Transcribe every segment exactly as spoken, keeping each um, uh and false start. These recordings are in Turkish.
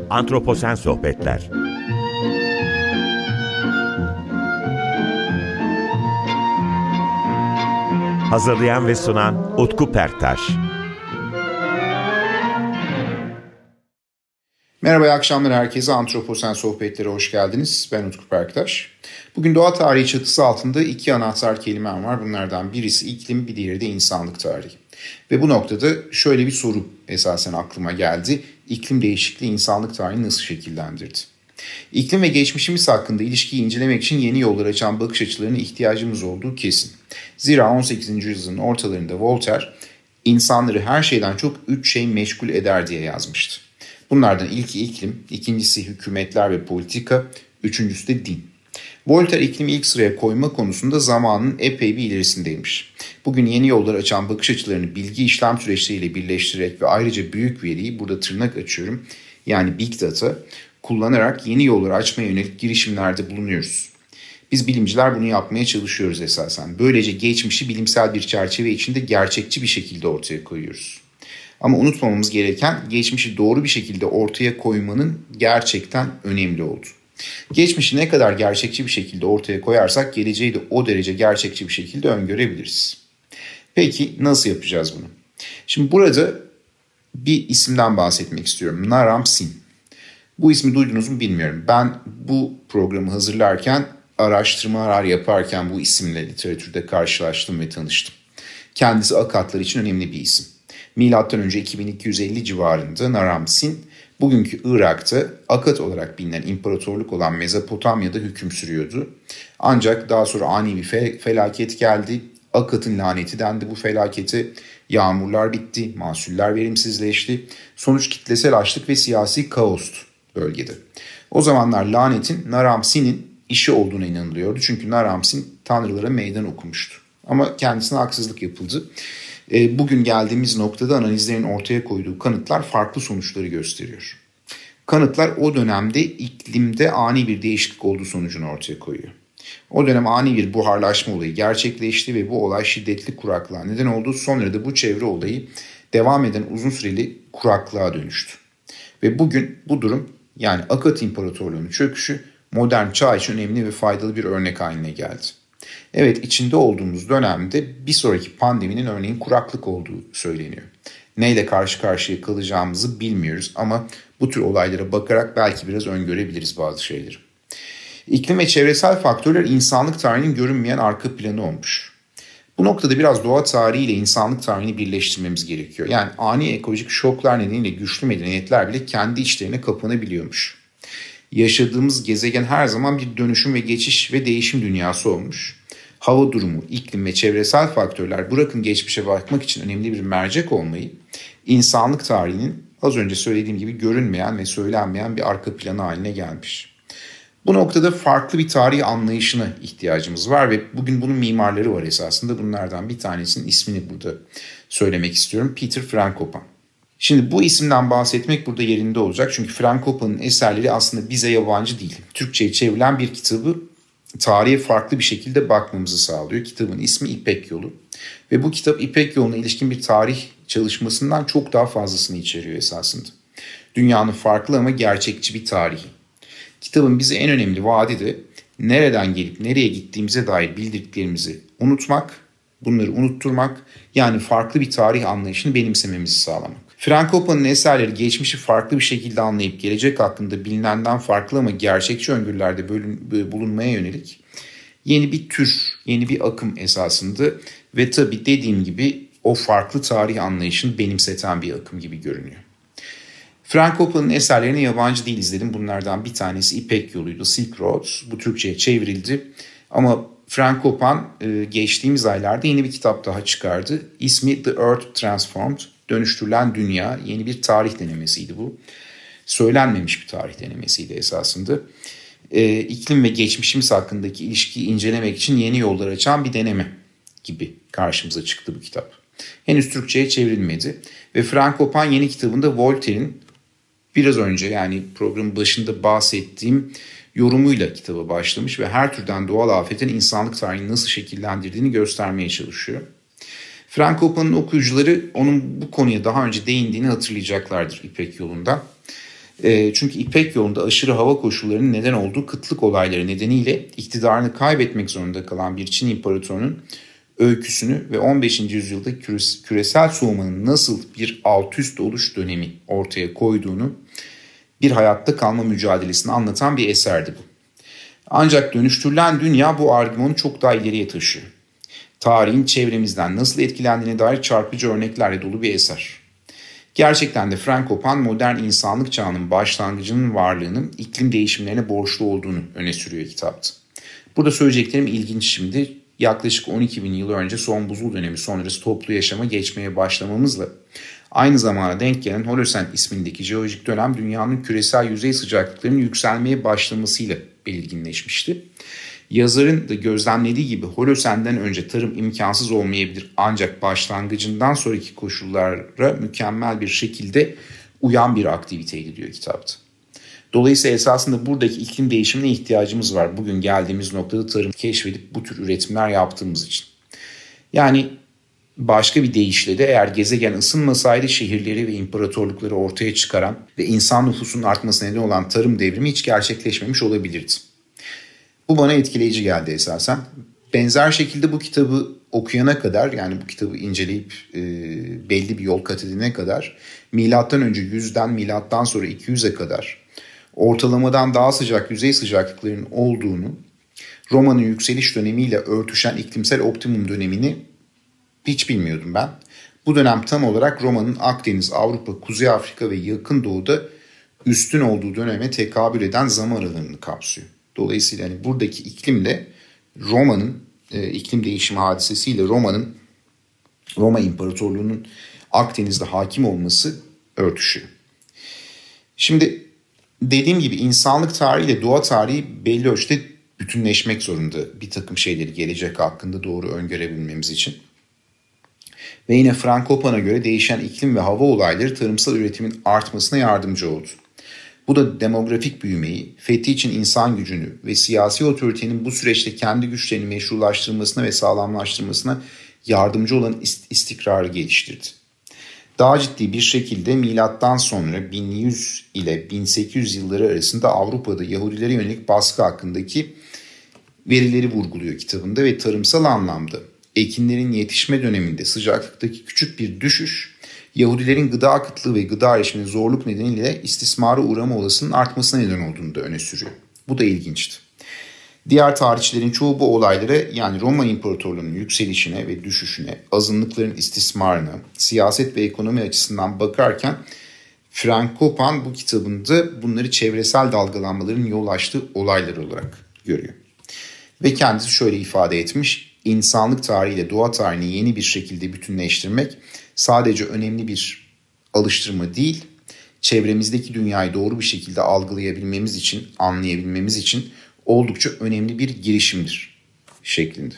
Antroposen Sohbetler. Hazırlayan ve sunan Utku Perktaş. Merhaba, iyi akşamlar herkese. Antroposen Sohbetlere hoş geldiniz. Ben Utku Perktaş. Bugün doğa tarihi çatısı altında iki anahtar kelimem var. Bunlardan birisi iklim, bir diğeri de insanlık tarihi. Ve bu noktada şöyle bir soru esasen aklıma geldi. İklim değişikliği insanlık tarihini nasıl şekillendirdi? İklim ve geçmişimiz hakkında ilişkiyi incelemek için yeni yollar açan bakış açılarına ihtiyacımız olduğu kesin. Zira on sekizinci yüzyılın ortalarında Voltaire, insanları her şeyden çok üç şey meşgul eder diye yazmıştı. Bunlardan ilki iklim, ikincisi hükümetler ve politika, üçüncüsü de din. Voltaire iklimi ilk sıraya koyma konusunda zamanın epey bir ilerisindeymiş. Bugün yeni yollar açan bakış açılarını bilgi işlem süreçleriyle birleştirerek ve ayrıca büyük veriyi, burada tırnak açıyorum, yani Big Data kullanarak yeni yolları açmaya yönelik girişimlerde bulunuyoruz. Biz bilimciler bunu yapmaya çalışıyoruz esasen. Böylece geçmişi bilimsel bir çerçeve içinde gerçekçi bir şekilde ortaya koyuyoruz. Ama unutmamamız gereken geçmişi doğru bir şekilde ortaya koymanın gerçekten önemli olduğu. Geçmişi ne kadar gerçekçi bir şekilde ortaya koyarsak geleceği de o derece gerçekçi bir şekilde öngörebiliriz. Peki nasıl yapacağız bunu? Şimdi burada bir isimden bahsetmek istiyorum. Naram Sin. Bu ismi duydunuz mu bilmiyorum. Ben bu programı hazırlarken, araştırmalar yaparken bu isimle literatürde karşılaştım ve tanıştım. Kendisi Akatlar için önemli bir isim. Milattan önce iki bin iki yüz elli civarında Naram Sin, bugünkü Irak'ta Akat olarak bilinen imparatorluk olan Mezopotamya'da hüküm sürüyordu. Ancak daha sonra ani bir fe- felaket geldi. Akat'ın laneti dendi bu felakete. Yağmurlar bitti, mahsuller verimsizleşti. Sonuç kitlesel açlık ve siyasi kaostu bölgede. O zamanlar lanetin Naram Sin'in işi olduğuna inanılıyordu. Çünkü Naram Sin tanrılara meydan okumuştu. Ama kendisine haksızlık yapıldı. Bugün geldiğimiz noktada analizlerin ortaya koyduğu kanıtlar farklı sonuçları gösteriyor. Kanıtlar o dönemde iklimde ani bir değişiklik olduğu sonucunu ortaya koyuyor. O dönem ani bir buharlaşma olayı gerçekleşti ve bu olay şiddetli kuraklığa neden oldu. Sonra da bu çevre olayı devam eden uzun süreli kuraklığa dönüştü. Ve bugün bu durum, yani Akat İmparatorluğu'nun çöküşü, modern çağ için önemli ve faydalı bir örnek haline geldi. Evet, içinde olduğumuz dönemde bir sonraki pandeminin örneğin kuraklık olduğu söyleniyor. Neyle karşı karşıya kalacağımızı bilmiyoruz ama bu tür olaylara bakarak belki biraz öngörebiliriz bazı şeyleri. İklim ve çevresel faktörler insanlık tarihinin görünmeyen arka planı olmuş. Bu noktada biraz doğa tarihi ile insanlık tarihini birleştirmemiz gerekiyor. Yani ani ekolojik şoklar nedeniyle güçlü medeniyetler bile kendi içlerine kapanabiliyormuş. Yaşadığımız gezegen her zaman bir dönüşüm ve geçiş ve değişim dünyası olmuş. Hava durumu, iklim ve çevresel faktörler bırakın geçmişe bakmak için önemli bir mercek olmayı, insanlık tarihinin az önce söylediğim gibi görünmeyen ve söylenmeyen bir arka planı haline gelmiş. Bu noktada farklı bir tarih anlayışına ihtiyacımız var ve bugün bunun mimarları var esasında. Bunlardan bir tanesinin ismini burada söylemek istiyorum. Peter Frankopan. Şimdi bu isimden bahsetmek burada yerinde olacak. Çünkü Frankopan'ın eserleri aslında bize yabancı değil. Türkçe'ye çevrilen bir kitabı tarihe farklı bir şekilde bakmamızı sağlıyor. Kitabın ismi İpek Yolu. Ve bu kitap İpek Yolu'na ilişkin bir tarih çalışmasından çok daha fazlasını içeriyor esasında. Dünyanın farklı ama gerçekçi bir tarihi. Kitabın bize en önemli vaadi de nereden gelip nereye gittiğimize dair bildirdiklerimizi unutmak, bunları unutturmak, yani farklı bir tarih anlayışını benimsememizi sağlamak. Frankopan'ın eserleri geçmişi farklı bir şekilde anlayıp gelecek hakkında bilinenden farklı ama gerçekçi öngörülerde bulunmaya yönelik yeni bir tür, yeni bir akım esasında ve tabii dediğim gibi o farklı tarih anlayışını benimseten bir akım gibi görünüyor. Frankopan'ın eserlerine yabancı değil izledim. Bunlardan bir tanesi İpek Yolu'ydu, Silk Road. Bu Türkçe'ye çevrildi. Ama Frankopan geçtiğimiz aylarda yeni bir kitap daha çıkardı. İsmi The Earth Transformed, Dönüştürülen Dünya. Yeni bir tarih denemesiydi bu. Söylenmemiş bir tarih denemesiydi esasında. Ee, iklim ve geçmişimiz hakkındaki ilişkiyi incelemek için yeni yollar açan bir deneme gibi karşımıza çıktı bu kitap. Henüz Türkçe'ye çevrilmedi. Ve Frankopan yeni kitabında Voltaire'in biraz önce, yani programın başında bahsettiğim yorumuyla kitaba başlamış ve her türden doğal afetin insanlık tarihini nasıl şekillendirdiğini göstermeye çalışıyor. Frankopan'ın okuyucuları onun bu konuya daha önce değindiğini hatırlayacaklardır İpek Yolu'nda. E, çünkü İpek yolunda aşırı hava koşullarının neden olduğu kıtlık olayları nedeniyle iktidarını kaybetmek zorunda kalan bir Çin imparatorunun öyküsünü ve on beşinci yüzyılda küresel soğumanın nasıl bir alt üst oluş dönemi ortaya koyduğunu, bir hayatta kalma mücadelesini anlatan bir eserdi bu. Ancak dönüştürülen dünya bu argümanı çok daha ileriye taşıyor. Tarihin çevremizden nasıl etkilendiğine dair çarpıcı örneklerle dolu bir eser. Gerçekten de Frank Kopan modern insanlık çağının başlangıcının varlığının iklim değişimlerine borçlu olduğunu öne sürüyor kitapta. Burada söyleyeceklerim ilginç şimdi. Yaklaşık on iki bin yıl önce son buzul dönemi sonrası toplu yaşama geçmeye başlamamızla aynı zamana denk gelen Holosen ismindeki jeolojik dönem dünyanın küresel yüzey sıcaklıklarının yükselmeye başlamasıyla belirginleşmişti. Yazarın da gözlemlediği gibi Holosen'den önce tarım imkansız olmayabilir, ancak başlangıcından sonraki koşullara mükemmel bir şekilde uyan bir aktiviteydi diyor kitapta. Dolayısıyla esasında buradaki iklim değişimine ihtiyacımız var. Bugün geldiğimiz noktada tarım keşfedip bu tür üretimler yaptığımız için. Yani başka bir deyişle de eğer gezegen ısınmasaydı şehirleri ve imparatorlukları ortaya çıkaran ve insan nüfusunun artmasına neden olan tarım devrimi hiç gerçekleşmemiş olabilirdi. Bu bana etkileyici geldi esasen. Benzer şekilde bu kitabı okuyana kadar, yani bu kitabı inceleyip e, belli bir yol kat edene kadar, milattan önce yüzden milattan sonra iki yüze kadar ortalamadan daha sıcak yüzey sıcaklıklarının olduğunu, Roma'nın yükseliş dönemiyle örtüşen iklimsel optimum dönemini hiç bilmiyordum ben. Bu dönem tam olarak Roma'nın Akdeniz, Avrupa, Kuzey Afrika ve Yakın Doğu'da üstün olduğu döneme tekabül eden zaman aralığını kapsıyor. Dolayısıyla hani buradaki iklimle Roma'nın e, iklim değişimi hadisesiyle Roma'nın Roma İmparatorluğu'nun Akdeniz'de hakim olması örtüşüyor. Şimdi dediğim gibi insanlık tarihiyle doğa tarihi belli ölçüde bütünleşmek zorunda bir takım şeyleri gelecek hakkında doğru öngörebilmemiz için. Ve yine Frank Kopan'a göre değişen iklim ve hava olayları tarımsal üretimin artmasına yardımcı oldu. Bu da demografik büyümeyi, fethi için insan gücünü ve siyasi otoritenin bu süreçte kendi güçlerini meşrulaştırmasına ve sağlamlaştırmasına yardımcı olan istikrarı geliştirdi. Daha ciddi bir şekilde milattan sonra bin yüz ile bin sekiz yüz yılları arasında Avrupa'da Yahudilere yönelik baskı hakkındaki verileri vurguluyor kitabında ve tarımsal anlamda ekinlerin yetişme döneminde sıcaklıktaki küçük bir düşüş, Yahudilerin gıda kıtlığı ve gıda erişiminin zorluk nedeniyle istismara uğrama olasılığının artmasına neden olduğunu da öne sürüyor. Bu da ilginçti. Diğer tarihçilerin çoğu bu olaylara, yani Roma İmparatorluğu'nun yükselişine ve düşüşüne, azınlıkların istismarına, siyaset ve ekonomi açısından bakarken Frank Kopan bu kitabında bunları çevresel dalgalanmaların yol açtığı olaylar olarak görüyor. Ve kendisi şöyle ifade etmiş: İnsanlık tarihiyle doğa tarihini yeni bir şekilde bütünleştirmek sadece önemli bir alıştırma değil, çevremizdeki dünyayı doğru bir şekilde algılayabilmemiz için, anlayabilmemiz için oldukça önemli bir girişimdir şeklinde.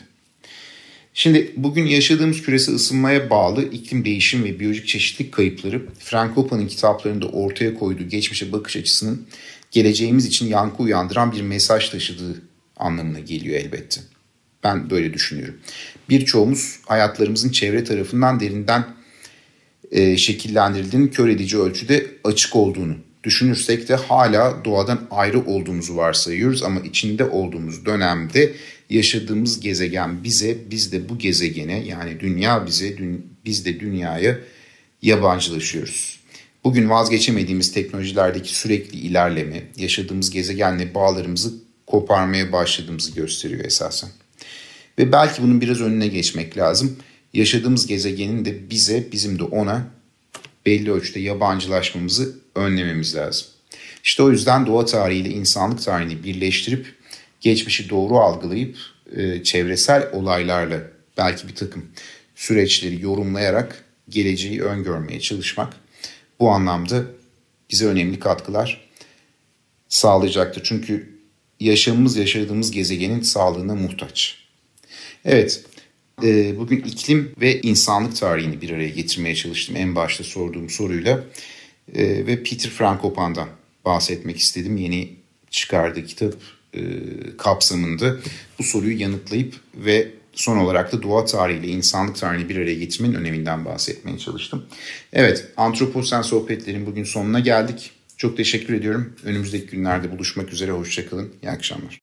Şimdi bugün yaşadığımız küresel ısınmaya bağlı iklim değişim ve biyolojik çeşitlilik kayıpları, Frank Kopan'ın kitaplarında ortaya koyduğu geçmişe bakış açısının geleceğimiz için yankı uyandıran bir mesaj taşıdığı anlamına geliyor elbette. Ben böyle düşünüyorum. Birçoğumuz hayatlarımızın çevre tarafından derinden e, şekillendirildiğinin kör edici ölçüde açık olduğunu düşünürsek de hala doğadan ayrı olduğumuzu varsayıyoruz, ama içinde olduğumuz dönemde yaşadığımız gezegen bize, biz de bu gezegene, yani dünya bize, dün, biz de dünyaya yabancılaşıyoruz. Bugün vazgeçemediğimiz teknolojilerdeki sürekli ilerleme, yaşadığımız gezegenle bağlarımızı koparmaya başladığımızı gösteriyor esasen. Ve belki bunun biraz önüne geçmek lazım. Yaşadığımız gezegenin de bize, bizim de ona belli ölçüde yabancılaşmamızı önlememiz lazım. İşte o yüzden doğa tarihiyle insanlık tarihini birleştirip geçmişi doğru algılayıp e, çevresel olaylarla belki bir takım süreçleri yorumlayarak geleceği öngörmeye çalışmak bu anlamda bize önemli katkılar sağlayacaktır. Çünkü yaşamımız yaşadığımız gezegenin sağlığına muhtaç. Evet, e, bugün iklim ve insanlık tarihini bir araya getirmeye çalıştım en başta sorduğum soruyla e, ve Peter Frank Kopan'dan bahsetmek istedim. Yeni çıkardığı kitap e, kapsamında bu soruyu yanıtlayıp ve son olarak da doğa tarihiyle insanlık tarihini bir araya getirmenin öneminden bahsetmeye çalıştım. Evet, Antroposen sohbetlerin bugün sonuna geldik. Çok teşekkür ediyorum. Önümüzdeki günlerde buluşmak üzere. Hoşça kalın. İyi akşamlar.